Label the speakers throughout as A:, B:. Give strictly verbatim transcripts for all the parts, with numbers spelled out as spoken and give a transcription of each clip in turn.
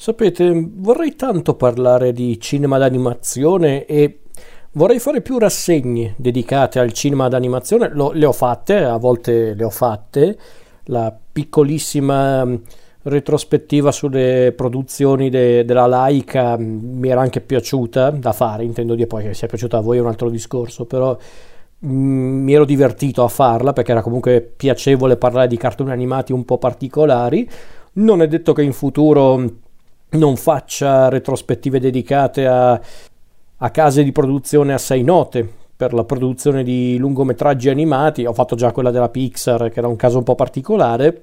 A: Sapete, vorrei tanto parlare di cinema d'animazione e vorrei fare più rassegne dedicate al cinema d'animazione. Lo- le ho fatte, a volte le ho fatte. La piccolissima mh, retrospettiva sulle produzioni de- della Laika mh, mi era anche piaciuta da fare, intendo dire, poi che sia piaciuta a voi è un altro discorso, però mh, mi ero divertito a farla perché era comunque piacevole parlare di cartoni animati un po' particolari. Non è detto che in futuro non faccia retrospettive dedicate a, a case di produzione assai note per la produzione di lungometraggi animati. Ho fatto già quella della Pixar, che era un caso un po' particolare,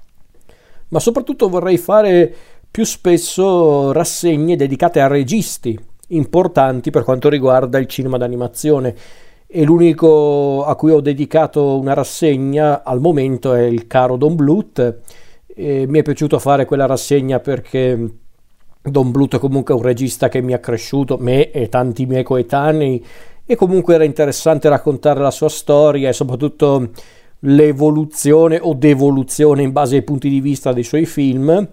A: ma soprattutto vorrei fare più spesso rassegne dedicate a registi importanti per quanto riguarda il cinema d'animazione, e l'unico a cui ho dedicato una rassegna al momento è il caro Don Bluth. E mi è piaciuto fare quella rassegna perché Don Bluth è comunque un regista che mi ha cresciuto, me e tanti miei coetanei, e comunque era interessante raccontare la sua storia e soprattutto l'evoluzione o devoluzione in base ai punti di vista dei suoi film.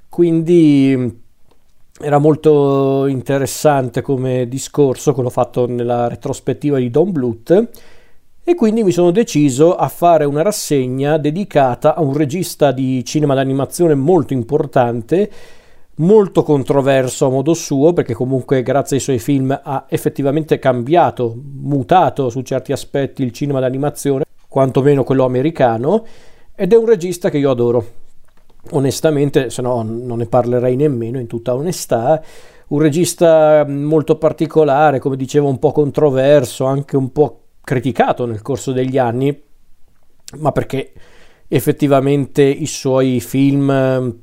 A: Quindi era molto interessante come discorso quello fatto nella retrospettiva di Don Bluth, e quindi mi sono deciso a fare una rassegna dedicata a un regista di cinema d'animazione molto importante, molto controverso a modo suo, perché comunque grazie ai suoi film ha effettivamente cambiato, mutato su certi aspetti il cinema d'animazione, quantomeno quello americano, ed è un regista che io adoro. Onestamente, se no non ne parlerei nemmeno, in tutta onestà. Un regista molto particolare, come dicevo, un po' controverso, anche un po' criticato nel corso degli anni, ma perché effettivamente i suoi film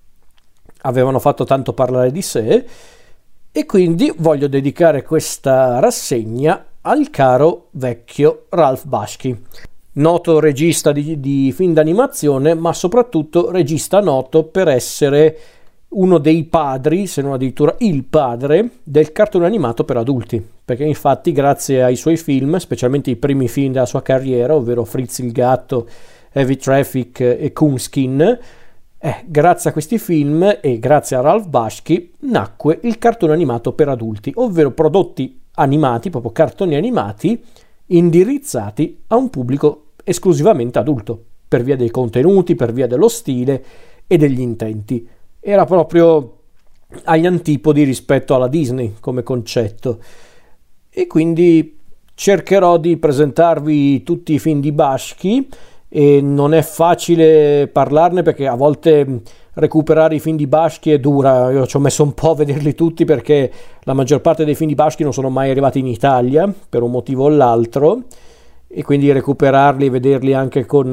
A: avevano fatto tanto parlare di sé, e quindi voglio dedicare questa rassegna al caro vecchio Ralph Bakshi, noto regista di, di film d'animazione, ma soprattutto regista noto per essere uno dei padri, se non addirittura il padre, del cartone animato per adulti, perché infatti grazie ai suoi film, specialmente i primi film della sua carriera, ovvero Fritz il gatto, Heavy Traffic e Coonskin, eh, grazie a questi film e grazie a Ralph Bakshi nacque il cartone animato per adulti, ovvero prodotti animati, proprio cartoni animati, indirizzati a un pubblico esclusivamente adulto, per via dei contenuti, per via dello stile e degli intenti. Era proprio agli antipodi rispetto alla Disney come concetto, e quindi cercherò di presentarvi tutti i film di Bakshi. E non è facile parlarne perché a volte recuperare i film di Bakshi è dura. Io ci ho messo un po' a vederli tutti perché la maggior parte dei film di Bakshi non sono mai arrivati in Italia per un motivo o l'altro, e quindi recuperarli e vederli anche con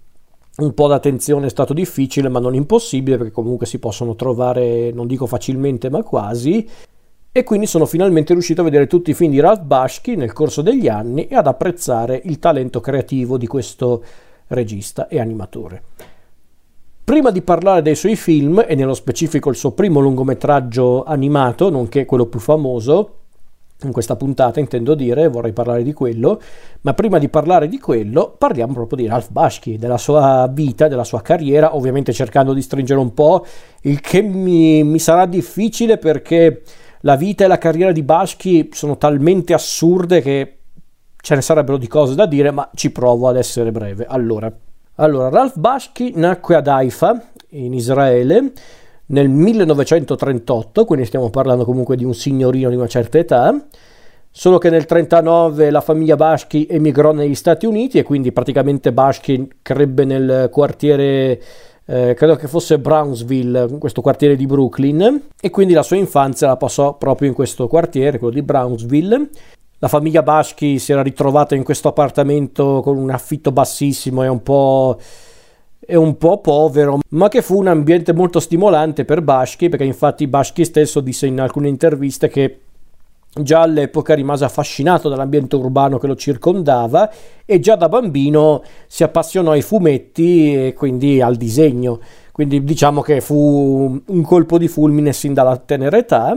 A: un po' d'attenzione è stato difficile, ma non impossibile, perché comunque si possono trovare, non dico facilmente, ma quasi. E quindi sono finalmente riuscito a vedere tutti i film di Ralph Bakshi nel corso degli anni e ad apprezzare il talento creativo di questo regista e animatore. Prima di parlare dei suoi film, e nello specifico il suo primo lungometraggio animato, nonché quello più famoso in questa puntata, intendo dire, vorrei parlare di quello, ma prima di parlare di quello parliamo proprio di Ralph Bakshi, della sua vita, della sua carriera, ovviamente cercando di stringere un po', il che mi, mi sarà difficile perché la vita e la carriera di Bakshi sono talmente assurde che ce ne sarebbero di cose da dire, ma ci provo ad essere breve. Allora, allora Ralph Bakshi nacque ad Haifa, in Israele, nel millenovecentotrentotto, quindi stiamo parlando comunque di un signorino di una certa età, solo che nel trentanove la famiglia Bakshi emigrò negli Stati Uniti e quindi praticamente Bakshi crebbe nel quartiere, eh, credo che fosse Brownsville, questo quartiere di Brooklyn, e quindi la sua infanzia la passò proprio in questo quartiere, quello di Brownsville. La famiglia Bakshi si era ritrovata in questo appartamento con un affitto bassissimo e un po', e un po' povero, ma che fu un ambiente molto stimolante per Bakshi, perché infatti Bakshi stesso disse in alcune interviste che già all'epoca rimase affascinato dall'ambiente urbano che lo circondava e già da bambino si appassionò ai fumetti e quindi al disegno. Quindi diciamo che fu un colpo di fulmine sin dalla tenera età.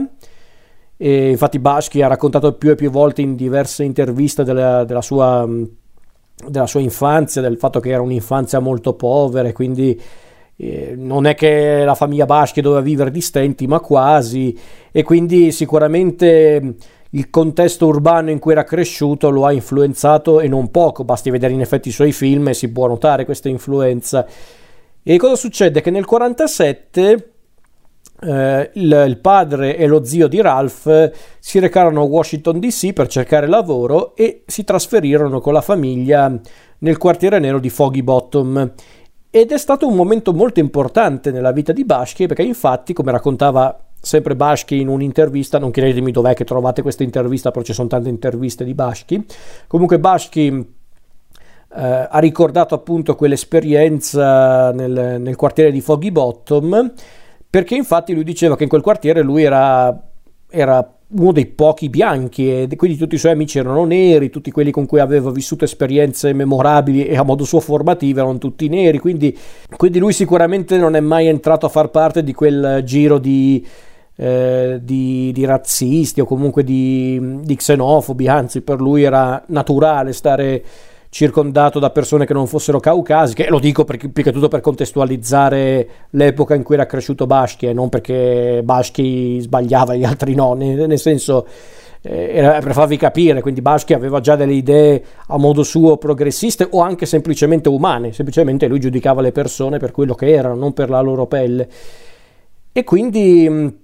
A: E infatti Bakshi ha raccontato più e più volte in diverse interviste della, della, sua, della sua infanzia, del fatto che era un'infanzia molto povera e quindi eh, non è che la famiglia Baschi doveva vivere di stenti, ma quasi, e quindi sicuramente il contesto urbano in cui era cresciuto lo ha influenzato e non poco, basti vedere in effetti i suoi film e si può notare questa influenza. E cosa succede? Che nel quarantasette eh, il, il padre e lo zio di Ralph si recarono a Washington D C per cercare lavoro e si trasferirono con la famiglia nel quartiere nero di Foggy Bottom. Ed è stato un momento molto importante nella vita di Baschi, perché infatti, come raccontava sempre Baschi in un'intervista, non chiedetemi dov'è che trovate questa intervista, però ci sono tante interviste di Baschi, comunque Baschi eh, ha ricordato appunto quell'esperienza nel, nel quartiere di Foggy Bottom, perché infatti lui diceva che in quel quartiere lui era, era uno dei pochi bianchi e quindi tutti i suoi amici erano neri, tutti quelli con cui aveva vissuto esperienze memorabili e a modo suo formative erano tutti neri, quindi, quindi lui sicuramente non è mai entrato a far parte di quel giro di, eh, di, di razzisti o comunque di, di xenofobi, anzi per lui era naturale stare circondato da persone che non fossero caucasiche, e lo dico perché, più che tutto per contestualizzare l'epoca in cui era cresciuto Baschi e non perché Baschi sbagliava e gli altri no, nel, nel senso eh, era per farvi capire, quindi Baschi aveva già delle idee a modo suo progressiste o anche semplicemente umane, semplicemente lui giudicava le persone per quello che erano, non per la loro pelle, e quindi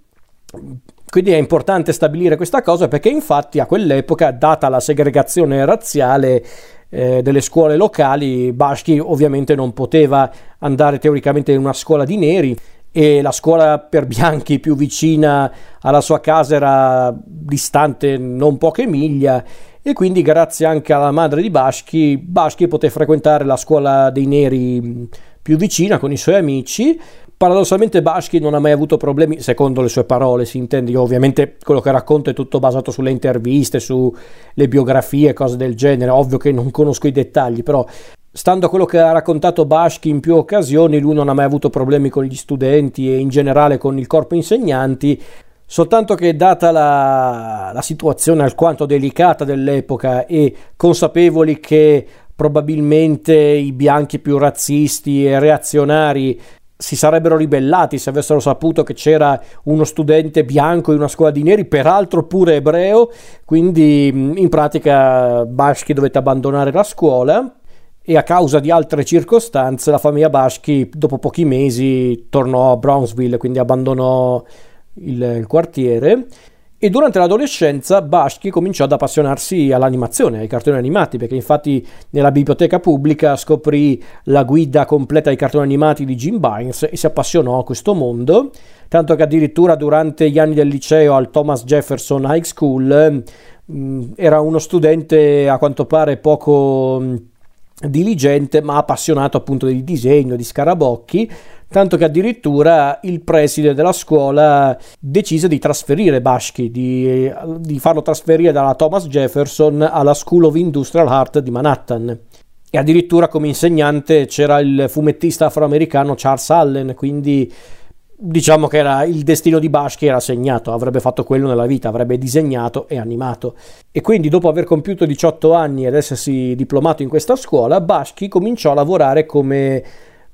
A: Quindi è importante stabilire questa cosa, perché infatti a quell'epoca, data la segregazione razziale eh, delle scuole locali, Baschi ovviamente non poteva andare teoricamente in una scuola di neri e la scuola per bianchi più vicina alla sua casa era distante non poche miglia, e quindi grazie anche alla madre di Baschi, Baschi poté frequentare la scuola dei neri più vicina con i suoi amici. Paradossalmente Baschi non ha mai avuto problemi, secondo le sue parole si intende, io ovviamente quello che racconto è tutto basato sulle interviste, sulle biografie, cose del genere, ovvio che non conosco i dettagli, però stando a quello che ha raccontato Baschi in più occasioni, lui non ha mai avuto problemi con gli studenti e in generale con il corpo insegnanti, soltanto che data la, la situazione alquanto delicata dell'epoca e consapevoli che probabilmente i bianchi più razzisti e reazionari si sarebbero ribellati se avessero saputo che c'era uno studente bianco in una scuola di neri, peraltro pure ebreo, quindi in pratica Baschi dovette abbandonare la scuola e a causa di altre circostanze la famiglia Baschi dopo pochi mesi tornò a Brownsville, quindi abbandonò il, il quartiere. E durante l'adolescenza Baschi cominciò ad appassionarsi all'animazione, ai cartoni animati, perché infatti nella biblioteca pubblica scoprì la guida completa ai cartoni animati di Jim Bynes e si appassionò a questo mondo, tanto che addirittura durante gli anni del liceo al Thomas Jefferson High School mh, era uno studente a quanto pare poco mh, diligente, ma appassionato appunto di disegno, di scarabocchi, tanto che addirittura il preside della scuola decise di trasferire Baschi, di, di farlo trasferire dalla Thomas Jefferson alla School of Industrial Art di Manhattan. E addirittura come insegnante c'era il fumettista afroamericano Charles Allen, quindi diciamo che era il destino di Baschi era segnato, avrebbe fatto quello nella vita, avrebbe disegnato e animato. E quindi dopo aver compiuto diciotto anni ed essersi diplomato in questa scuola, Baschi cominciò a lavorare come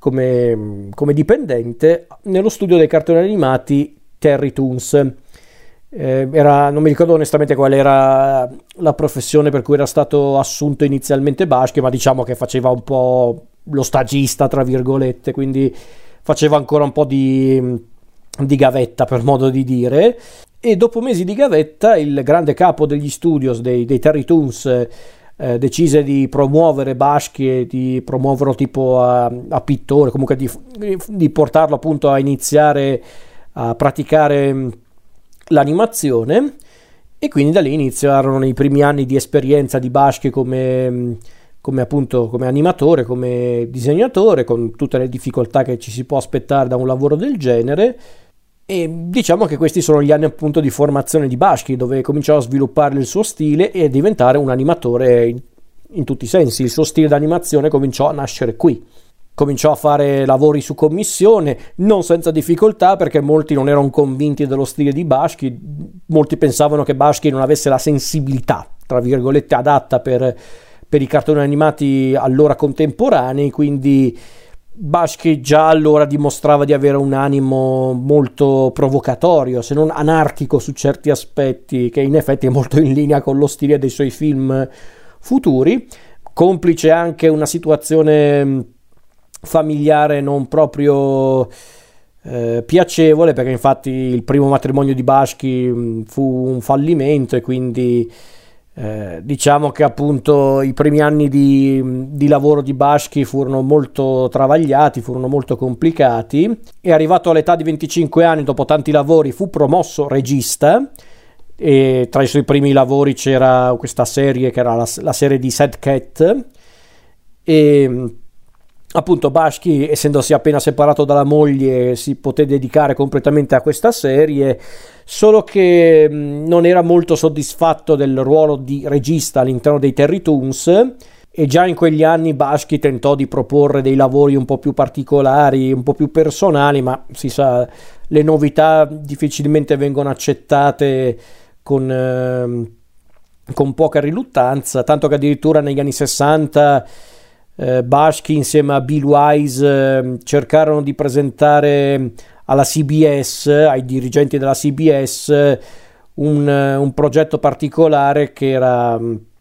A: Come, come dipendente nello studio dei cartoni animati Terry Toons. Eh, era, non mi ricordo onestamente qual era la professione per cui era stato assunto inizialmente Baschi, ma diciamo che faceva un po' lo stagista tra virgolette, quindi faceva ancora un po' di, di gavetta per modo di dire, e dopo mesi di gavetta il grande capo degli studios dei, dei Terry Toons Eh, decise di promuovere Baschi e di promuoverlo tipo a, a pittore, comunque di, di portarlo appunto a iniziare a praticare l'animazione, e quindi da lì iniziarono i primi anni di esperienza di Baschi come, come appunto come animatore, come disegnatore, con tutte le difficoltà che ci si può aspettare da un lavoro del genere. E diciamo che questi sono gli anni appunto di formazione di Baschi, dove cominciò a sviluppare il suo stile e diventare un animatore in, in tutti i sensi. Il suo stile d'animazione cominciò a nascere qui. Cominciò a fare lavori su commissione, non senza difficoltà, perché molti non erano convinti dello stile di Baschi, molti pensavano che Baschi non avesse la sensibilità, tra virgolette, adatta per, per i cartoni animati allora contemporanei, quindi Bashki già allora dimostrava di avere un animo molto provocatorio, se non anarchico su certi aspetti, che in effetti è molto in linea con lo stile dei suoi film futuri, complice anche una situazione familiare non proprio eh, piacevole, perché infatti il primo matrimonio di Bashki fu un fallimento e quindi Eh, diciamo che appunto i primi anni di, di lavoro di Bashki furono molto travagliati, furono molto complicati, e arrivato all'età di venticinque anni, dopo tanti lavori, fu promosso regista, e tra i suoi primi lavori c'era questa serie che era la, la serie di Sad Cat, e appunto Bashki, essendosi appena separato dalla moglie, si poté dedicare completamente a questa serie, solo che non era molto soddisfatto del ruolo di regista all'interno dei Terry Toons, e già in quegli anni Bashki tentò di proporre dei lavori un po' più particolari, un po' più personali, ma si sa, le novità difficilmente vengono accettate con, eh, con poca riluttanza, tanto che addirittura negli anni sessanta eh, Bashki insieme a Bill Wise eh, cercarono di presentare alla C B S, ai dirigenti della C B S, un, un progetto particolare che era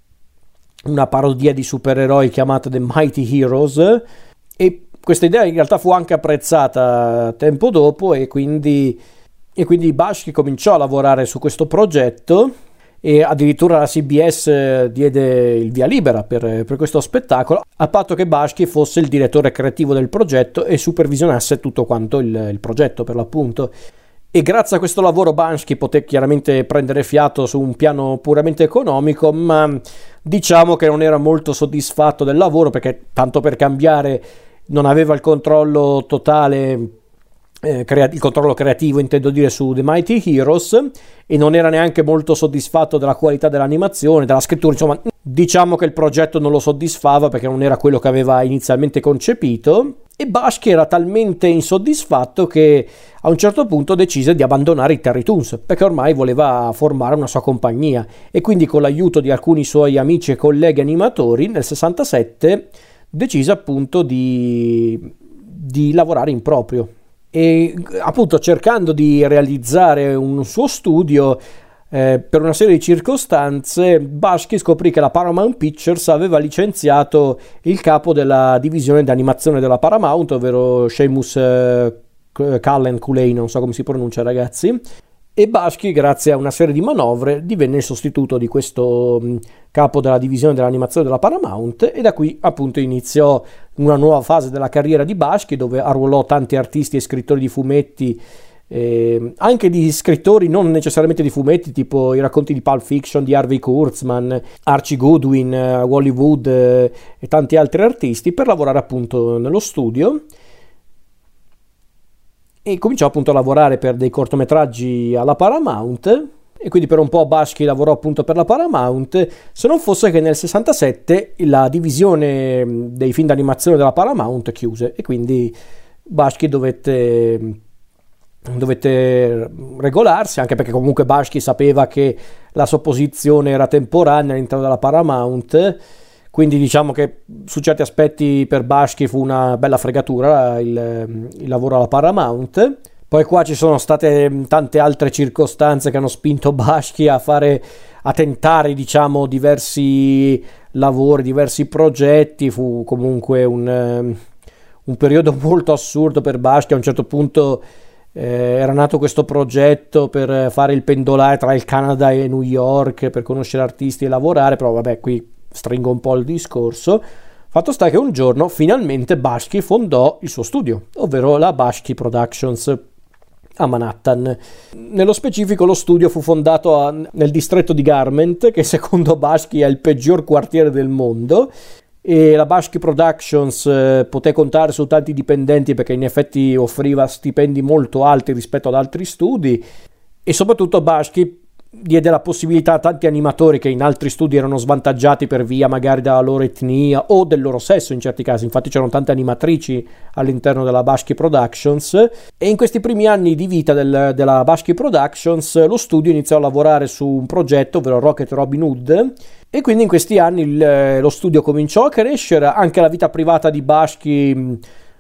A: una parodia di supereroi chiamata The Mighty Heroes, e questa idea in realtà fu anche apprezzata tempo dopo, e quindi, e quindi Bashki cominciò a lavorare su questo progetto, e addirittura la C B S diede il via libera per, per questo spettacolo, a patto che Bashki fosse il direttore creativo del progetto e supervisionasse tutto quanto il, il progetto, per l'appunto. E grazie a questo lavoro Bashki poté chiaramente prendere fiato su un piano puramente economico, ma diciamo che non era molto soddisfatto del lavoro, perché tanto per cambiare non aveva il controllo totale, Eh, crea- il controllo creativo intendo dire, su The Mighty Heroes, e non era neanche molto soddisfatto della qualità dell'animazione, della scrittura. Insomma, diciamo che il progetto non lo soddisfava perché non era quello che aveva inizialmente concepito, e Bashki era talmente insoddisfatto che a un certo punto decise di abbandonare i Terry Toons, perché ormai voleva formare una sua compagnia, e quindi con l'aiuto di alcuni suoi amici e colleghi animatori nel sessantasette decise appunto di, di lavorare in proprio. E appunto, cercando di realizzare un suo studio, eh, per una serie di circostanze Bashki scoprì che la Paramount Pictures aveva licenziato il capo della divisione di animazione della Paramount, ovvero Seamus eh, Cullen, Cullen, non so come si pronuncia, ragazzi. E Bashki, grazie a una serie di manovre, divenne il sostituto di questo mh, capo della divisione dell'animazione della Paramount, e da qui appunto iniziò una nuova fase della carriera di Bashki, dove arruolò tanti artisti e scrittori di fumetti, eh, anche di scrittori non necessariamente di fumetti, tipo i racconti di Pulp Fiction di Harvey Kurtzman, Archie Goodwin, eh, Wally Wood eh, e tanti altri artisti, per lavorare appunto nello studio. E cominciò appunto a lavorare per dei cortometraggi alla Paramount, e quindi per un po' Bashki lavorò appunto per la Paramount, se non fosse che nel sessantasette la divisione dei film d'animazione della Paramount chiuse, e quindi Bashki dovette, dovette regolarsi, anche perché comunque Bashki sapeva che la sua posizione era temporanea all'interno della Paramount. Quindi diciamo che su certi aspetti per Bashki fu una bella fregatura il, il lavoro alla Paramount. Poi qua ci sono state tante altre circostanze che hanno spinto Bashki a fare, a tentare diciamo diversi lavori, diversi progetti. Fu comunque un, un periodo molto assurdo per Bashki. A un certo punto eh, era nato questo progetto per fare il pendolare tra il Canada e New York, per conoscere artisti e lavorare, però vabbè, qui stringo un po' il discorso. Fatto sta che un giorno finalmente Bashki fondò il suo studio, ovvero la Bashki Productions a Manhattan. Nello specifico lo studio fu fondato a, nel distretto di Garment, che secondo Bashki è il peggior quartiere del mondo, e la Bashki Productions eh, poté contare su tanti dipendenti perché in effetti offriva stipendi molto alti rispetto ad altri studi, e soprattutto Bashki diede la possibilità a tanti animatori che in altri studi erano svantaggiati per via magari della loro etnia o del loro sesso in certi casi. Infatti c'erano tante animatrici all'interno della Bashki Productions, e in questi primi anni di vita del, della Bashki Productions lo studio iniziò a lavorare su un progetto, ovvero Rocket Robin Hood, e quindi in questi anni il, lo studio cominciò a crescere. Anche la vita privata di Bashki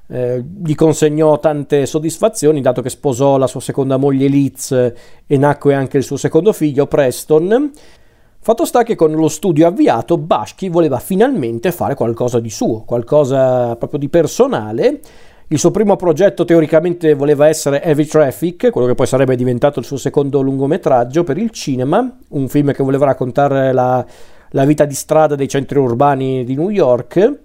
A: eh, gli consegnò tante soddisfazioni, dato che sposò la sua seconda moglie Liz e nacque anche il suo secondo figlio Preston. Fatto sta che con lo studio avviato Bakshi voleva finalmente fare qualcosa di suo, qualcosa proprio di personale. Il suo primo progetto teoricamente voleva essere Heavy Traffic, quello che poi sarebbe diventato il suo secondo lungometraggio per il cinema, un film che voleva raccontare la, la vita di strada dei centri urbani di New York.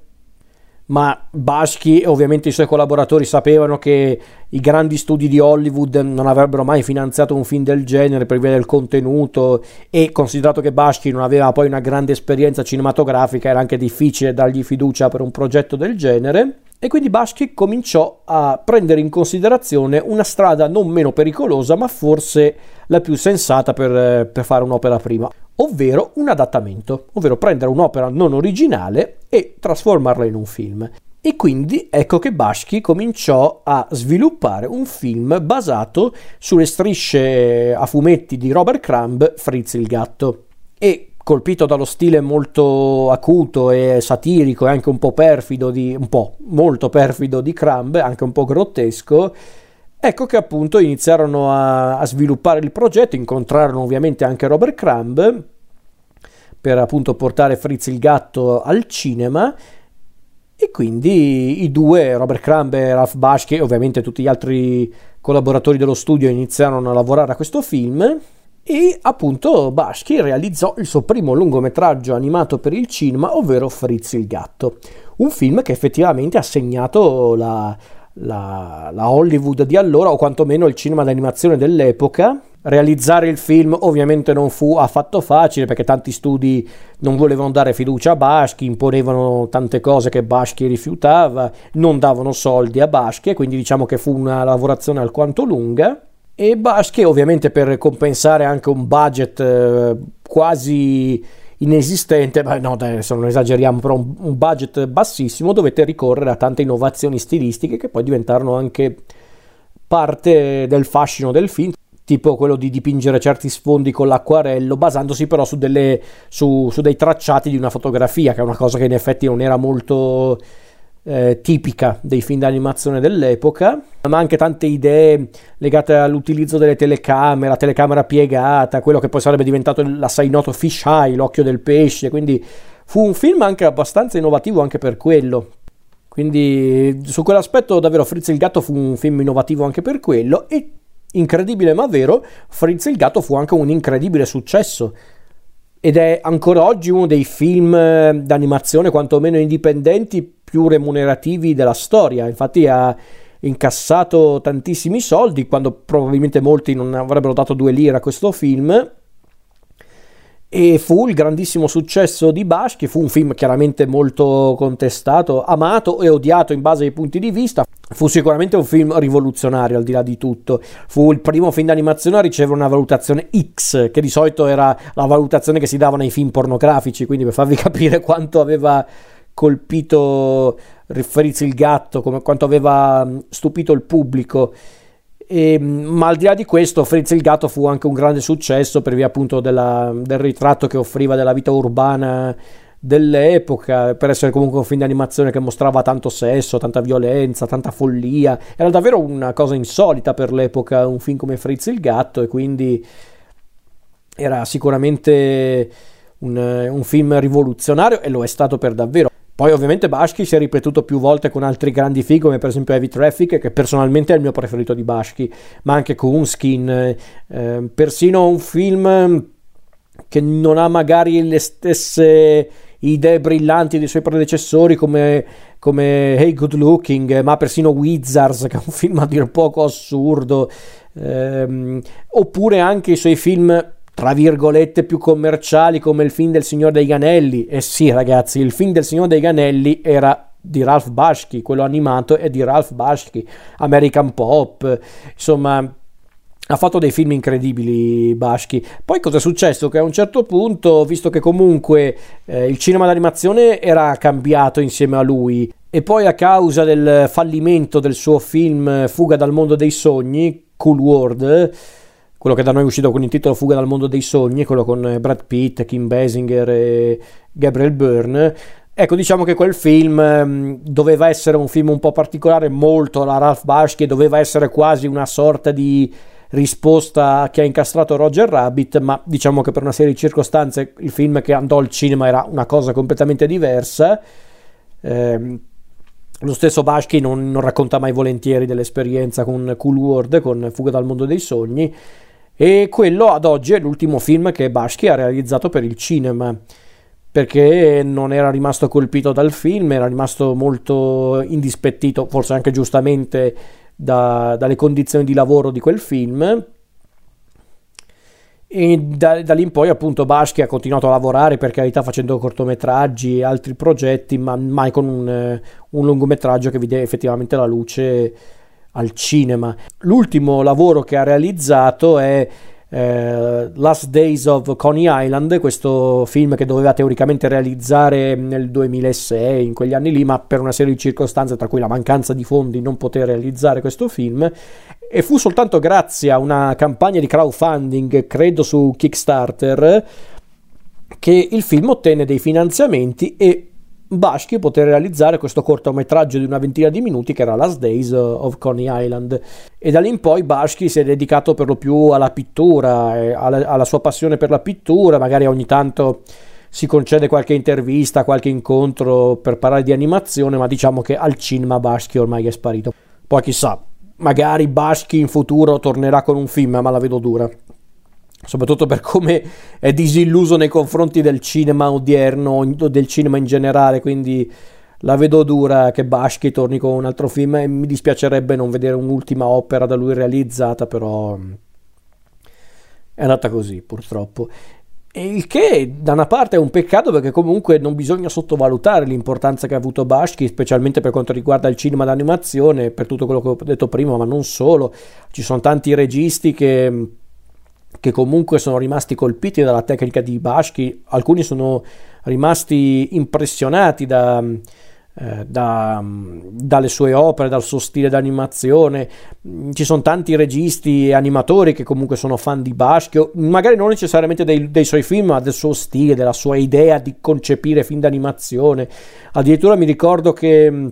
A: Ma Bakshi e ovviamente i suoi collaboratori sapevano che i grandi studi di Hollywood non avrebbero mai finanziato un film del genere per via del contenuto, e considerato che Bakshi non aveva poi una grande esperienza cinematografica era anche difficile dargli fiducia per un progetto del genere. E quindi Bakshi cominciò a prendere in considerazione una strada non meno pericolosa, ma forse la più sensata per, per fare un'opera prima, ovvero un adattamento, ovvero prendere un'opera non originale e trasformarla in un film. E quindi ecco che Bakshi cominciò a sviluppare un film basato sulle strisce a fumetti di Robert Crumb, Fritz il gatto. E colpito dallo stile molto acuto e satirico e anche un po' perfido di un po' molto perfido di Crumb, anche un po' grottesco, ecco che appunto iniziarono a, a sviluppare il progetto, incontrarono ovviamente anche Robert Crumb per appunto portare Fritz il gatto al cinema. E quindi i due, Robert Crumb e Ralph Bakshi, e ovviamente tutti gli altri collaboratori dello studio, iniziarono a lavorare a questo film. E appunto Bakshi realizzò il suo primo lungometraggio animato per il cinema, ovvero Fritz il gatto, un film che effettivamente ha segnato la, la, la Hollywood di allora, o quantomeno il cinema d'animazione dell'epoca. Realizzare il film ovviamente non fu affatto facile, perché tanti studi non volevano dare fiducia a Bakshi, imponevano tante cose che Bakshi rifiutava, non davano soldi a Bakshi, e quindi diciamo che fu una lavorazione alquanto lunga. E Bakshi, ovviamente, per compensare anche un budget eh, quasi inesistente, beh no dai, adesso non esageriamo, però un, un budget bassissimo, dovette ricorrere a tante innovazioni stilistiche che poi diventarono anche parte del fascino del film, tipo quello di dipingere certi sfondi con l'acquarello, basandosi però su, delle, su, su dei tracciati di una fotografia, che è una cosa che in effetti non era molto Eh, tipica dei film d'animazione dell'epoca, ma anche tante idee legate all'utilizzo delle telecamere, la telecamera piegata, quello che poi sarebbe diventato l'assai noto fish eye, l'occhio del pesce. Quindi fu un film anche abbastanza innovativo anche per quello. Quindi su quell'aspetto davvero Fritz il gatto fu un film innovativo anche per quello, e incredibile ma vero, Fritz il gatto fu anche un incredibile successo. Ed è ancora oggi uno dei film d'animazione, quantomeno indipendenti, più remunerativi della storia. Infatti ha incassato tantissimi soldi, quando probabilmente molti non avrebbero dato due lire a questo film. E fu il grandissimo successo di Bakshi. Fu un film chiaramente molto contestato, amato e odiato in base ai punti di vista. Fu sicuramente un film rivoluzionario, al di là di tutto. Fu il primo film d'animazione a ricevere una valutazione X, che di solito era la valutazione che si dava nei film pornografici, quindi per farvi capire quanto aveva colpito Fritz il gatto, come quanto aveva stupito il pubblico. E, ma al di là di questo, Fritz il gatto fu anche un grande successo per via appunto della, del ritratto che offriva della vita urbana dell'epoca, per essere comunque un film d'animazione che mostrava tanto sesso, tanta violenza, tanta follia. Era davvero una cosa insolita per l'epoca un film come Fritz il gatto, e quindi era sicuramente un, un film rivoluzionario, e lo è stato per davvero. Poi ovviamente Bakshi si è ripetuto più volte con altri grandi film, come per esempio Heavy Traffic, che personalmente è il mio preferito di Bakshi, ma anche Coonskin, eh, persino un film che non ha magari le stesse idee brillanti dei suoi predecessori come, come Hey Good Looking, ma persino Wizards, che è un film a dir poco assurdo, ehm, oppure anche i suoi film tra virgolette più commerciali, come il film del Signore degli Anelli. E sì ragazzi, il film del Signore degli Anelli era di Ralph Bakshi, quello animato è di Ralph Bakshi, American Pop, insomma ha fatto dei film incredibili Bakshi. Poi cosa è successo? Che a un certo punto, visto che comunque eh, il cinema d'animazione era cambiato insieme a lui, e poi a causa del fallimento del suo film Fuga dal mondo dei sogni, Cool World, quello che da noi è uscito con il titolo Fuga dal mondo dei sogni, quello con Brad Pitt, Kim Basinger e Gabriel Byrne, Ecco, diciamo che quel film ehm, doveva essere un film un po' particolare, molto la Ralph Bakshi, doveva essere quasi una sorta di risposta che ha incastrato Roger Rabbit, ma diciamo che per una serie di circostanze il film che andò al cinema era una cosa completamente diversa. Eh, lo stesso Bakshi non, non racconta mai volentieri dell'esperienza con Cool World, con Fuga dal mondo dei sogni, e quello ad oggi è l'ultimo film che Bakshi ha realizzato per il cinema, perché non era rimasto colpito dal film, era rimasto molto indispettito, forse anche giustamente, da, dalle condizioni di lavoro di quel film. E da, da lì in poi appunto Bakshi ha continuato a lavorare, per carità, facendo cortometraggi e altri progetti, ma mai con un, un lungometraggio che vide effettivamente la luce al cinema. L'ultimo lavoro che ha realizzato è Uh, Last Days of Coney Island, questo film che doveva teoricamente realizzare nel duemilasei, in quegli anni lì, ma per una serie di circostanze, tra cui la mancanza di fondi, non poté realizzare questo film, e fu soltanto grazie a una campagna di crowdfunding, credo su Kickstarter, che il film ottenne dei finanziamenti e Bakshi poté realizzare questo cortometraggio di una ventina di minuti che era Last Days of Coney Island. E da lì in poi Bakshi si è dedicato per lo più alla pittura, e alla, alla sua passione per la pittura. Magari ogni tanto si concede qualche intervista, qualche incontro per parlare di animazione, ma diciamo che al cinema Bakshi ormai è sparito. Poi chissà, magari Bakshi in futuro tornerà con un film, ma la vedo dura, soprattutto per come è disilluso nei confronti del cinema odierno, del cinema in generale, quindi la vedo dura che Bakshi torni con un altro film, e mi dispiacerebbe non vedere un'ultima opera da lui realizzata, però è andata così purtroppo. E il che da una parte è un peccato, perché comunque non bisogna sottovalutare l'importanza che ha avuto Bakshi, specialmente per quanto riguarda il cinema d'animazione, per tutto quello che ho detto prima, ma non solo. Ci sono tanti registi che che comunque sono rimasti colpiti dalla tecnica di Bakshi, alcuni sono rimasti impressionati da, eh, da, dalle sue opere, dal suo stile d'animazione. Ci sono tanti registi e animatori che comunque sono fan di Bakshi, magari non necessariamente dei, dei suoi film, ma del suo stile, della sua idea di concepire film d'animazione. Addirittura mi ricordo che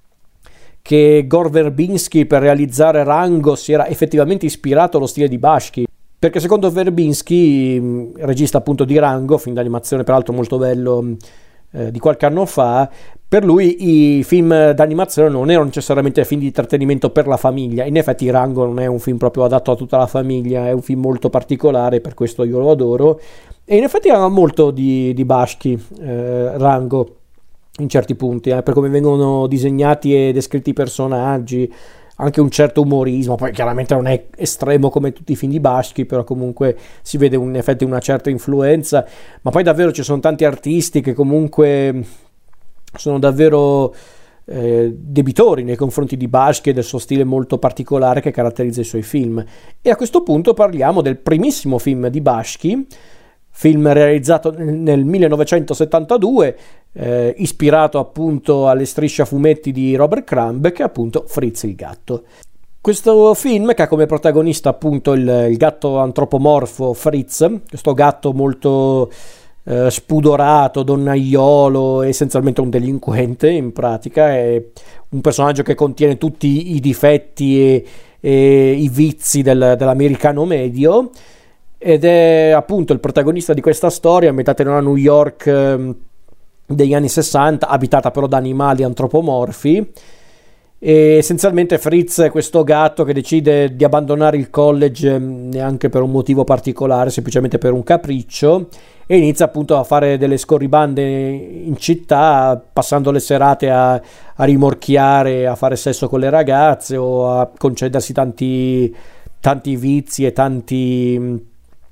A: che Gore Verbinski, per realizzare Rango, si era effettivamente ispirato allo stile di Bakshi, perché secondo Verbinski, regista appunto di Rango, film d'animazione peraltro molto bello, eh, di qualche anno fa, per lui i film d'animazione non erano necessariamente film di intrattenimento per la famiglia. In effetti Rango non è un film proprio adatto a tutta la famiglia, è un film molto particolare, per questo io lo adoro, e in effetti ha molto di, di Bakshi, eh, Rango, in certi punti, eh, per come vengono disegnati e descritti i personaggi, anche un certo umorismo. Poi chiaramente non è estremo come tutti i film di Bakshi, però comunque si vede in effetti una certa influenza. Ma poi davvero ci sono tanti artisti che comunque sono davvero eh, debitori nei confronti di Bakshi e del suo stile molto particolare che caratterizza i suoi film. E a questo punto parliamo del primissimo film di Bakshi, film realizzato nel millenovecentosettantadue, eh, ispirato appunto alle strisce a fumetti di Robert Crumb, che è appunto Fritz il gatto. Questo film, che ha come protagonista appunto il, il gatto antropomorfo Fritz, questo gatto molto eh, spudorato, donnaiolo, essenzialmente un delinquente in pratica, è un personaggio che contiene tutti i difetti e, e i vizi del, dell'americano medio, ed è appunto il protagonista di questa storia ambientata in una New York eh, degli anni sessanta, abitata però da animali antropomorfi. E essenzialmente Fritz è questo gatto che decide di abbandonare il college, neanche per un motivo particolare, semplicemente per un capriccio, e inizia appunto a fare delle scorribande in città, passando le serate a, a rimorchiare, a fare sesso con le ragazze o a concedersi tanti, tanti vizi e tanti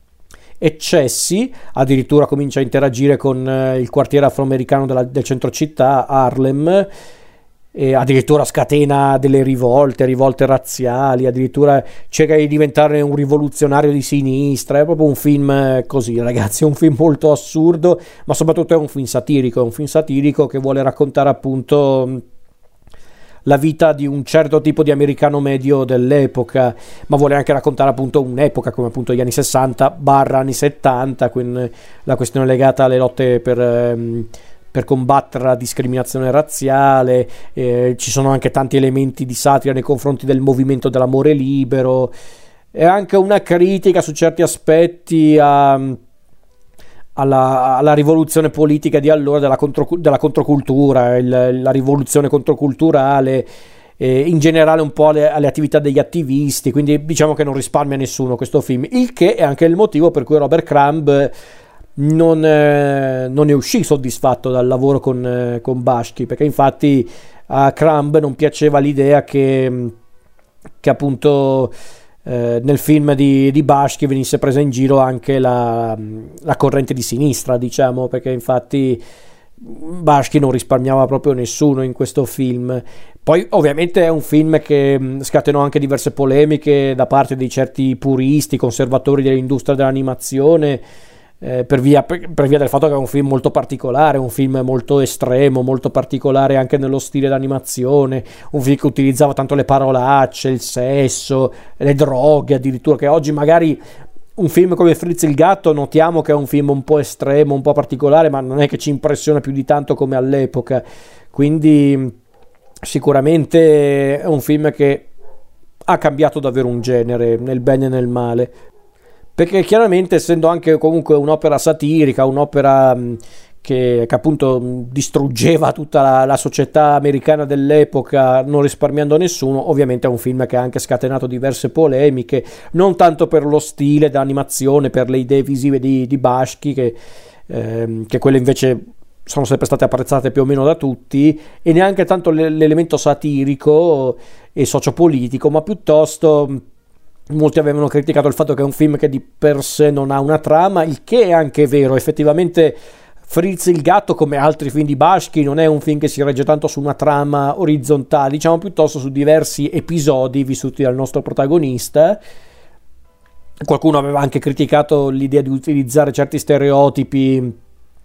A: eccessi. Addirittura comincia a interagire con eh, il quartiere afroamericano della, del centro città, Harlem, e addirittura scatena delle rivolte, rivolte razziali, addirittura cerca di diventare un rivoluzionario di sinistra. È proprio un film così, ragazzi, è un film molto assurdo, ma soprattutto è un film satirico, è un film satirico che vuole raccontare appunto la vita di un certo tipo di americano medio dell'epoca, ma vuole anche raccontare appunto un'epoca come appunto gli anni sessanta barra anni settanta, con la questione legata alle lotte per, per combattere la discriminazione razziale, eh, ci sono anche tanti elementi di satira nei confronti del movimento dell'amore libero, e anche una critica su certi aspetti a, alla, alla rivoluzione politica di allora, della, contro, della controcultura, il, la rivoluzione controculturale, eh, in generale un po' alle, alle attività degli attivisti, quindi diciamo che non risparmia nessuno questo film, il che è anche il motivo per cui Robert Crumb non, eh, non ne uscì soddisfatto dal lavoro con, eh, con Bakshi, perché infatti a Crumb non piaceva l'idea che, che appunto eh, nel film di, di Bakshi venisse presa in giro anche la, la corrente di sinistra, diciamo, perché infatti Bakshi non risparmiava proprio nessuno in questo film. Poi ovviamente è un film che scatenò anche diverse polemiche da parte di certi puristi, conservatori dell'industria dell'animazione, eh, per, via, per, per via del fatto che è un film molto particolare, un film molto estremo, molto particolare anche nello stile d'animazione, un film che utilizzava tanto le parolacce, il sesso, le droghe addirittura, che oggi magari un film come Fritz il gatto notiamo che è un film un po' estremo, un po' particolare, ma non è che ci impressiona più di tanto come all'epoca, quindi sicuramente è un film che ha cambiato davvero un genere, nel bene e nel male, perché chiaramente, essendo anche comunque un'opera satirica, un'opera che, che appunto distruggeva tutta la, la società americana dell'epoca, non risparmiando nessuno, ovviamente è un film che ha anche scatenato diverse polemiche, non tanto per lo stile dell'animazione, per le idee visive di, di Bakshi, che, ehm, che quelle invece sono sempre state apprezzate più o meno da tutti, e neanche tanto l'elemento satirico e sociopolitico, ma piuttosto molti avevano criticato il fatto che è un film che di per sé non ha una trama, il che è anche vero. Effettivamente Fritz il gatto, come altri film di Bakshi, non è un film che si regge tanto su una trama orizzontale, diciamo piuttosto su diversi episodi vissuti dal nostro protagonista. Qualcuno aveva anche criticato l'idea di utilizzare certi stereotipi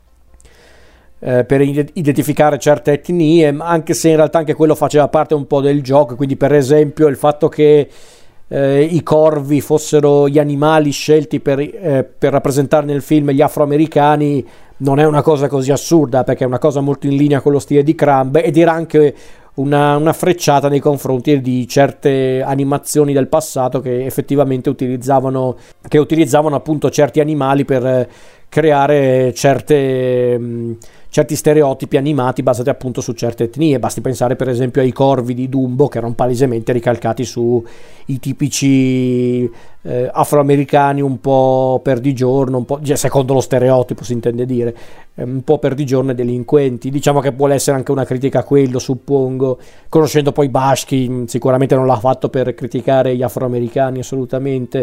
A: Eh, per identificare certe etnie, anche se in realtà anche quello faceva parte un po' del gioco. Quindi per esempio il fatto che eh, i corvi fossero gli animali scelti per, eh, per rappresentare nel film gli afroamericani non è una cosa così assurda, perché è una cosa molto in linea con lo stile di Crumb, ed era anche una, una frecciata nei confronti di certe animazioni del passato che effettivamente utilizzavano che utilizzavano appunto certi animali per creare certe mh, certi stereotipi animati basati appunto su certe etnie. Basti pensare per esempio ai corvi di Dumbo, che erano palesemente ricalcati su i tipici eh, afroamericani un po' perdigiorno, un po', cioè, secondo lo stereotipo si intende dire, eh, un po' perdigiorno e delinquenti. Diciamo che vuole essere anche una critica a quello, suppongo. Conoscendo poi Bakshi, sicuramente non l'ha fatto per criticare gli afroamericani, assolutamente.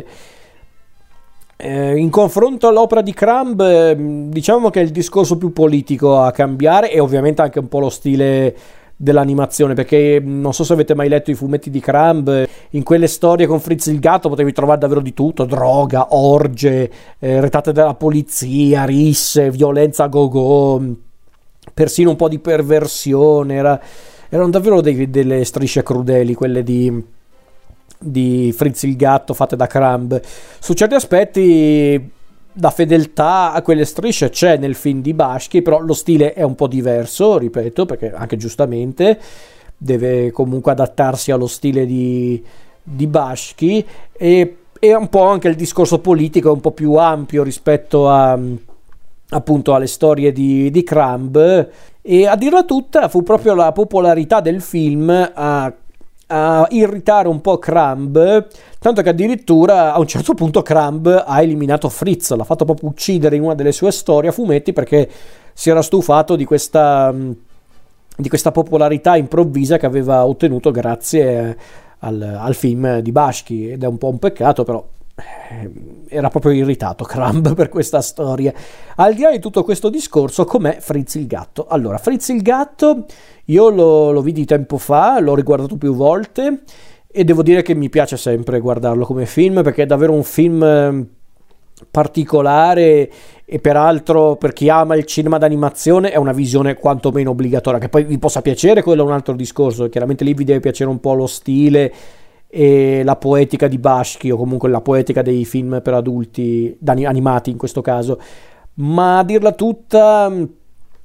A: Eh, in confronto all'opera di Crumb, eh, diciamo che è il discorso più politico a cambiare, e ovviamente anche un po' lo stile dell'animazione, perché non so se avete mai letto i fumetti di Crumb, in quelle storie con Fritz il gatto potevi trovare davvero di tutto: droga, orge, eh, retate della polizia, risse, violenza a go-go, persino un po' di perversione. Era, erano davvero dei, delle strisce crudeli quelle di di Fritz il gatto fatte da Crumb. Su certi aspetti la fedeltà a quelle strisce c'è nel film di Bakshi, però lo stile è un po' diverso, ripeto, perché anche giustamente deve comunque adattarsi allo stile di, di Bakshi, e, e un po' anche il discorso politico è un po' più ampio rispetto a appunto alle storie di, di Crumb. E a dirla tutta fu proprio la popolarità del film a a irritare un po' Crumb, tanto che addirittura a un certo punto Crumb ha eliminato Fritz, l'ha fatto proprio uccidere in una delle sue storie a fumetti, perché si era stufato di questa di questa popolarità improvvisa che aveva ottenuto grazie al, al film di Bakshi, ed è un po' un peccato, però era proprio irritato Crumb per questa storia. Al di là di tutto questo discorso, com'è Fritz il gatto? Allora, Fritz il gatto io lo, lo vidi tempo fa, l'ho riguardato più volte, e devo dire che mi piace sempre guardarlo come film, perché è davvero un film particolare, e peraltro per chi ama il cinema d'animazione è una visione quantomeno obbligatoria. Che poi vi possa piacere, quello è un altro discorso, chiaramente lì vi deve piacere un po' lo stile e la poetica di Bakshi, o comunque la poetica dei film per adulti animati in questo caso. Ma a dirla tutta,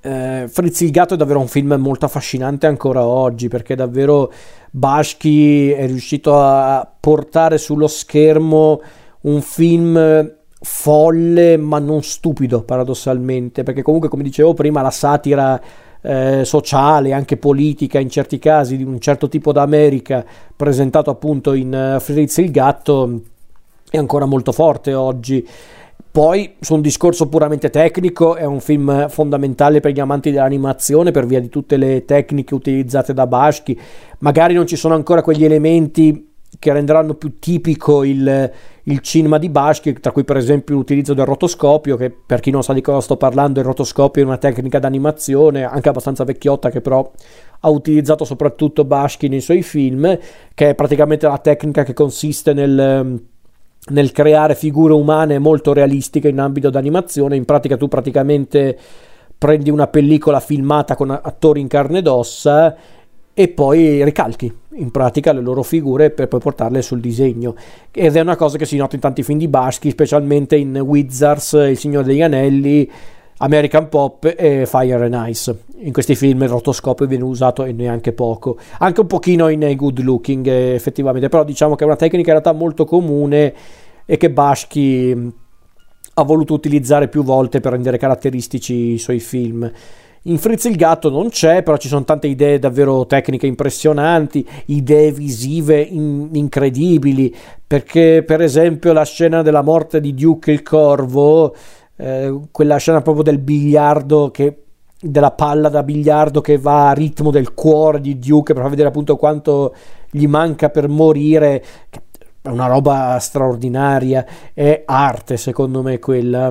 A: eh, Fritz il gatto è davvero un film molto affascinante ancora oggi, perché davvero Bashki è riuscito a portare sullo schermo un film folle ma non stupido, paradossalmente, perché comunque, come dicevo prima, la satira eh, sociale, anche politica in certi casi, di un certo tipo d'America presentato appunto in uh, Fritz il gatto è ancora molto forte oggi. Poi, su un discorso puramente tecnico, è un film fondamentale per gli amanti dell'animazione per via di tutte le tecniche utilizzate da Bashki. Magari non ci sono ancora quegli elementi che renderanno più tipico il, il cinema di Bashki, tra cui per esempio l'utilizzo del rotoscopio, che per chi non sa di cosa sto parlando, il rotoscopio è una tecnica d'animazione anche abbastanza vecchiotta che però ha utilizzato soprattutto Bashki nei suoi film, che è praticamente la tecnica che consiste nel... nel creare figure umane molto realistiche in ambito d'animazione. In pratica tu praticamente prendi una pellicola filmata con attori in carne ed ossa e poi ricalchi in pratica le loro figure per poi portarle sul disegno, ed è una cosa che si nota in tanti film di Bashki, specialmente in Wizards, Il Signore degli Anelli, American Pop e Fire and Ice. In questi film il rotoscopio viene usato e neanche poco, anche un pochino in Good Looking effettivamente, però diciamo che è una tecnica in realtà molto comune e che Bashki ha voluto utilizzare più volte per rendere caratteristici i suoi film. In Fritz il gatto non c'è, però ci sono tante idee davvero tecniche impressionanti, idee visive in- incredibili, perché per esempio la scena della morte di Duke il corvo, eh, quella scena proprio del biliardo, che della palla da biliardo che va a ritmo del cuore di Duke per far vedere appunto quanto gli manca per morire, è una roba straordinaria, è arte secondo me quella.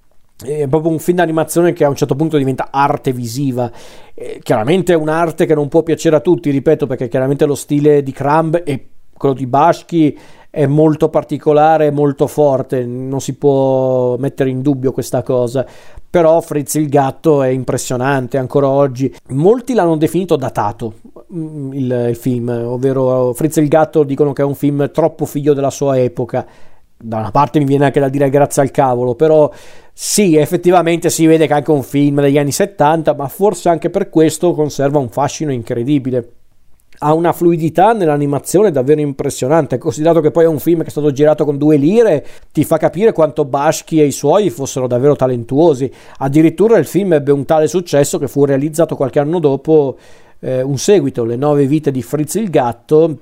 A: È proprio un film d'animazione che a un certo punto diventa arte visiva. Eh, chiaramente è un'arte che non può piacere a tutti, ripeto, perché chiaramente lo stile di Crumb e quello di Bashki è molto particolare, molto forte, non si può mettere in dubbio questa cosa, però Fritz il gatto è impressionante ancora oggi. Molti l'hanno definito datato il, il film, ovvero Fritz il gatto dicono che è un film troppo figlio della sua epoca. Da una parte mi viene anche da dire grazie al cavolo, però sì, effettivamente si vede che è anche un film degli anni settanta, ma forse anche per questo conserva un fascino incredibile. Ha una fluidità nell'animazione davvero impressionante, considerato che poi è un film che è stato girato con due lire, ti fa capire quanto Bashki e i suoi fossero davvero talentuosi. Addirittura il film ebbe un tale successo che fu realizzato qualche anno dopo eh, un seguito, Le nove vite di Fritz il gatto,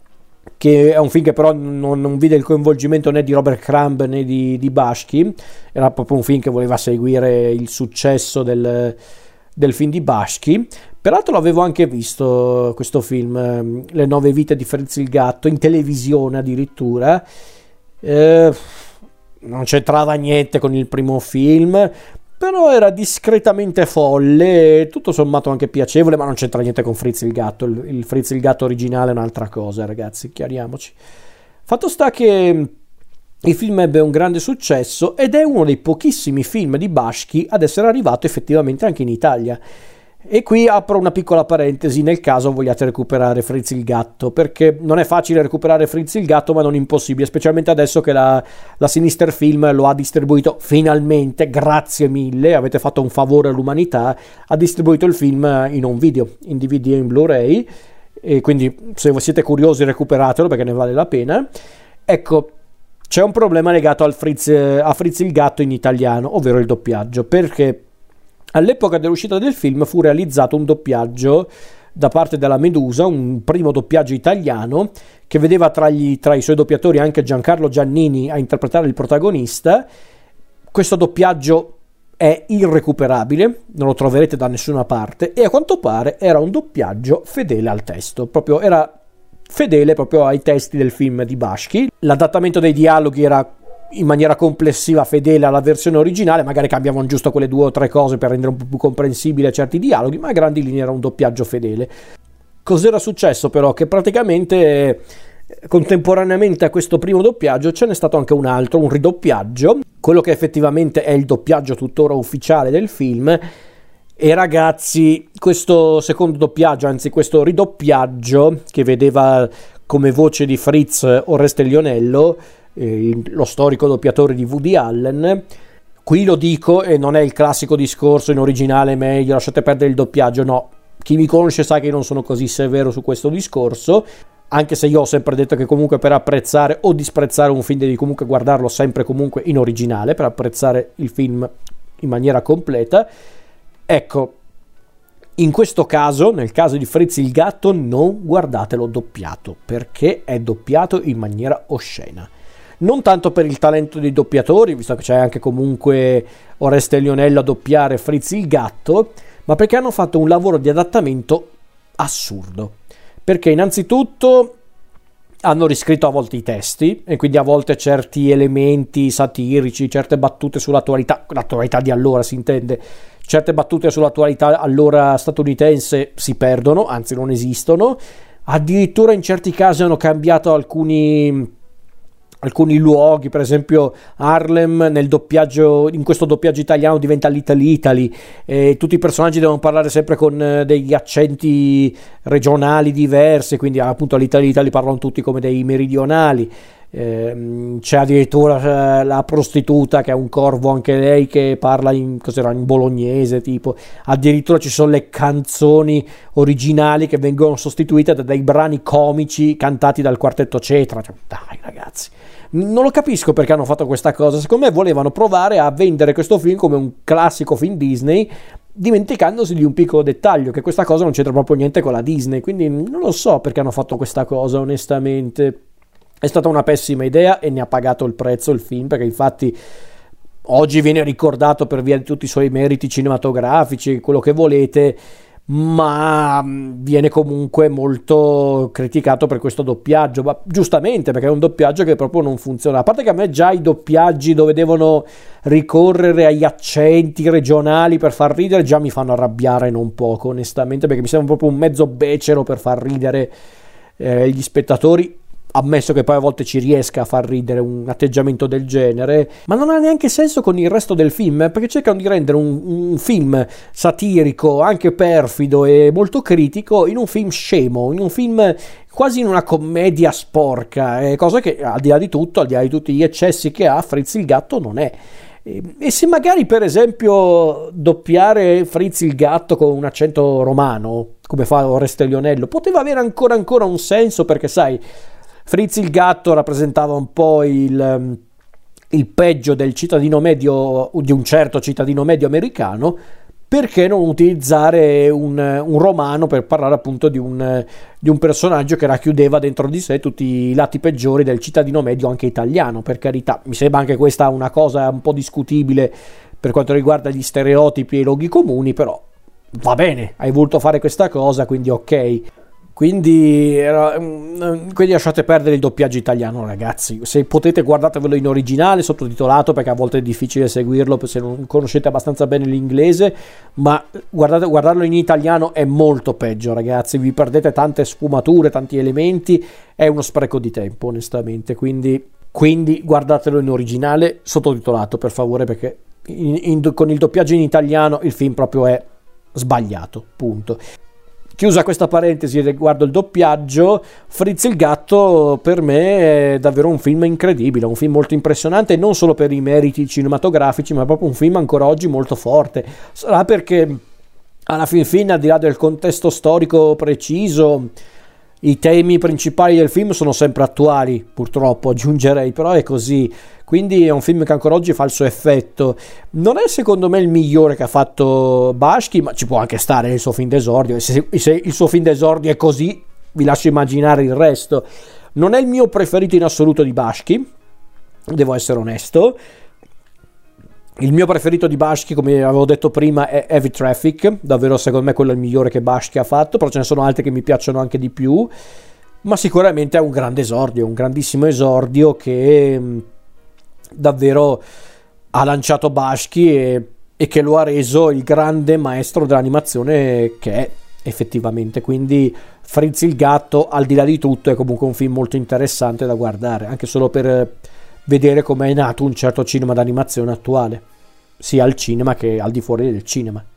A: che è un film che però non, non vide il coinvolgimento né di Robert Crumb né di, di Bashki. Era proprio un film che voleva seguire il successo del, del film di Bashki. Peraltro l'avevo anche visto questo film, Le nove vite di Fritz il gatto, in televisione addirittura. Eh, non c'entrava niente con il primo film, però era discretamente folle, tutto sommato anche piacevole, ma non c'entra niente con Fritz il gatto. Il, il Fritz il gatto originale è un'altra cosa, ragazzi, chiariamoci. Fatto sta che il film ebbe un grande successo ed è uno dei pochissimi film di Bashki ad essere arrivato effettivamente anche in Italia. E qui apro una piccola parentesi nel caso vogliate recuperare Fritz il gatto, perché non è facile recuperare Fritz il gatto, ma non impossibile, specialmente adesso che la, la Sinister Film lo ha distribuito finalmente, grazie mille, avete fatto un favore all'umanità, ha distribuito il film in un video, in D V D e in Blu-ray, e quindi se voi siete curiosi recuperatelo perché ne vale la pena. Ecco, c'è un problema legato al Fritz, a Fritz il gatto in italiano, ovvero il doppiaggio, perché all'epoca dell'uscita del film fu realizzato un doppiaggio da parte della Medusa, un primo doppiaggio italiano che vedeva tra, gli, tra i suoi doppiatori anche Giancarlo Giannini a interpretare il protagonista. Questo doppiaggio è irrecuperabile, non lo troverete da nessuna parte, e a quanto pare era un doppiaggio fedele al testo, proprio era fedele proprio ai testi del film di Bashki. L'adattamento dei dialoghi era in maniera complessiva fedele alla versione originale, magari cambiavano giusto quelle due o tre cose per rendere un po' più comprensibile certi dialoghi, ma a grandi linee era un doppiaggio fedele. Cos'era successo però? Che praticamente contemporaneamente a questo primo doppiaggio ce n'è stato anche un altro, un ridoppiaggio, quello che effettivamente è il doppiaggio tuttora ufficiale del film. E ragazzi, questo secondo doppiaggio, anzi questo ridoppiaggio che vedeva come voce di Fritz Oreste Lionello, lo storico doppiatore di Woody Allen, Qui lo dico e non è il classico discorso in originale è meglio, lasciate perdere il doppiaggio, no. Chi mi conosce sa che io non sono così severo su questo discorso, anche se io ho sempre detto che comunque per apprezzare o disprezzare un film devi comunque guardarlo sempre comunque in originale, per apprezzare il film in maniera completa. Ecco, in questo caso, nel caso di Fritz il gatto, non guardatelo doppiato, perché è doppiato in maniera oscena. Non tanto per il talento dei doppiatori, visto che c'è anche comunque Oreste Lionello a doppiare Fritz il gatto, ma perché hanno fatto un lavoro di adattamento assurdo. Perché innanzitutto hanno riscritto a volte i testi e quindi a volte certi elementi satirici, certe battute sull'attualità, l'attualità di allora si intende, certe battute sull'attualità allora statunitense si perdono, anzi non esistono. Addirittura in certi casi hanno cambiato alcuni alcuni luoghi, per esempio Harlem nel doppiaggio, in questo doppiaggio italiano diventa Little Italy, e tutti i personaggi devono parlare sempre con eh, degli accenti regionali diversi, quindi appunto all'Italy Italy parlano tutti come dei meridionali. Eh, c'è addirittura eh, la prostituta che è un corvo anche lei che parla in, cos'era, in bolognese tipo, addirittura ci sono le canzoni originali che vengono sostituite da dei brani comici cantati dal quartetto Cetra. Cioè, dai ragazzi, non lo capisco perché hanno fatto questa cosa. Secondo me volevano provare a vendere questo film come un classico film Disney, dimenticandosi di un piccolo dettaglio, che questa cosa non c'entra proprio niente con la Disney, quindi non lo so perché hanno fatto questa cosa, onestamente. È stata una pessima idea e ne ha pagato il prezzo il film, perché infatti oggi viene ricordato per via di tutti i suoi meriti cinematografici, quello che volete, ma viene comunque molto criticato per questo doppiaggio, ma giustamente, perché è un doppiaggio che proprio non funziona. A parte che a me già i doppiaggi dove devono ricorrere agli accenti regionali per far ridere già mi fanno arrabbiare non poco, onestamente, perché mi sembra proprio un mezzo becero per far ridere eh, gli spettatori, ammesso che poi a volte ci riesca a far ridere un atteggiamento del genere, ma non ha neanche senso con il resto del film, perché cercano di rendere un, un film satirico, anche perfido e molto critico, in un film scemo, in un film quasi in una commedia sporca, eh, cosa che al di là di tutto, al di là di tutti gli eccessi che ha, Fritz il gatto non è. E se magari per esempio doppiare Fritz il gatto con un accento romano, come fa Oreste Lionello, poteva avere ancora ancora un senso, perché sai, Fritz il gatto rappresentava un po' il, il peggio del cittadino medio, di un certo cittadino medio americano. Perché non utilizzare un, un romano per parlare appunto di un, di un personaggio che racchiudeva dentro di sé tutti i lati peggiori del cittadino medio, anche italiano, per carità. Mi sembra anche questa una cosa un po' discutibile per quanto riguarda gli stereotipi e i luoghi comuni, però va bene, hai voluto fare questa cosa, quindi ok. Quindi, quindi lasciate perdere il doppiaggio italiano, ragazzi. Se potete guardatevelo in originale sottotitolato, perché a volte è difficile seguirlo se non conoscete abbastanza bene l'inglese, ma guardate, guardarlo in italiano è molto peggio, ragazzi. Vi perdete tante sfumature, tanti elementi, è uno spreco di tempo, onestamente. Quindi, quindi guardatelo in originale sottotitolato, per favore, perché in, in, con il doppiaggio in italiano il film proprio è sbagliato, punto. Chiusa questa parentesi riguardo il doppiaggio, Fritz il gatto per me è davvero un film incredibile, un film molto impressionante, non solo per i meriti cinematografici, ma proprio un film ancora oggi molto forte. Sarà perché alla fin fine, al di là del contesto storico preciso, i temi principali del film sono sempre attuali, purtroppo aggiungerei, però è così. Quindi è un film che ancora oggi fa il suo effetto. Non è secondo me il migliore che ha fatto Bashki, ma ci può anche stare il suo film d'esordio. Se, se il suo film d'esordio è così, vi lascio immaginare il resto. Non è il mio preferito in assoluto di Bashki, devo essere onesto. Il mio preferito di Bashki, come avevo detto prima, è Heavy Traffic. Davvero secondo me quello è il migliore che Bashki ha fatto, però ce ne sono altri che mi piacciono anche di più. Ma sicuramente è un grande esordio, un grandissimo esordio che davvero ha lanciato Bashki e, e che lo ha reso il grande maestro dell'animazione che è effettivamente. Quindi Fritz il gatto, al di là di tutto, è comunque un film molto interessante da guardare, anche solo per vedere come è nato un certo cinema d'animazione attuale, sia al cinema che al di fuori del cinema.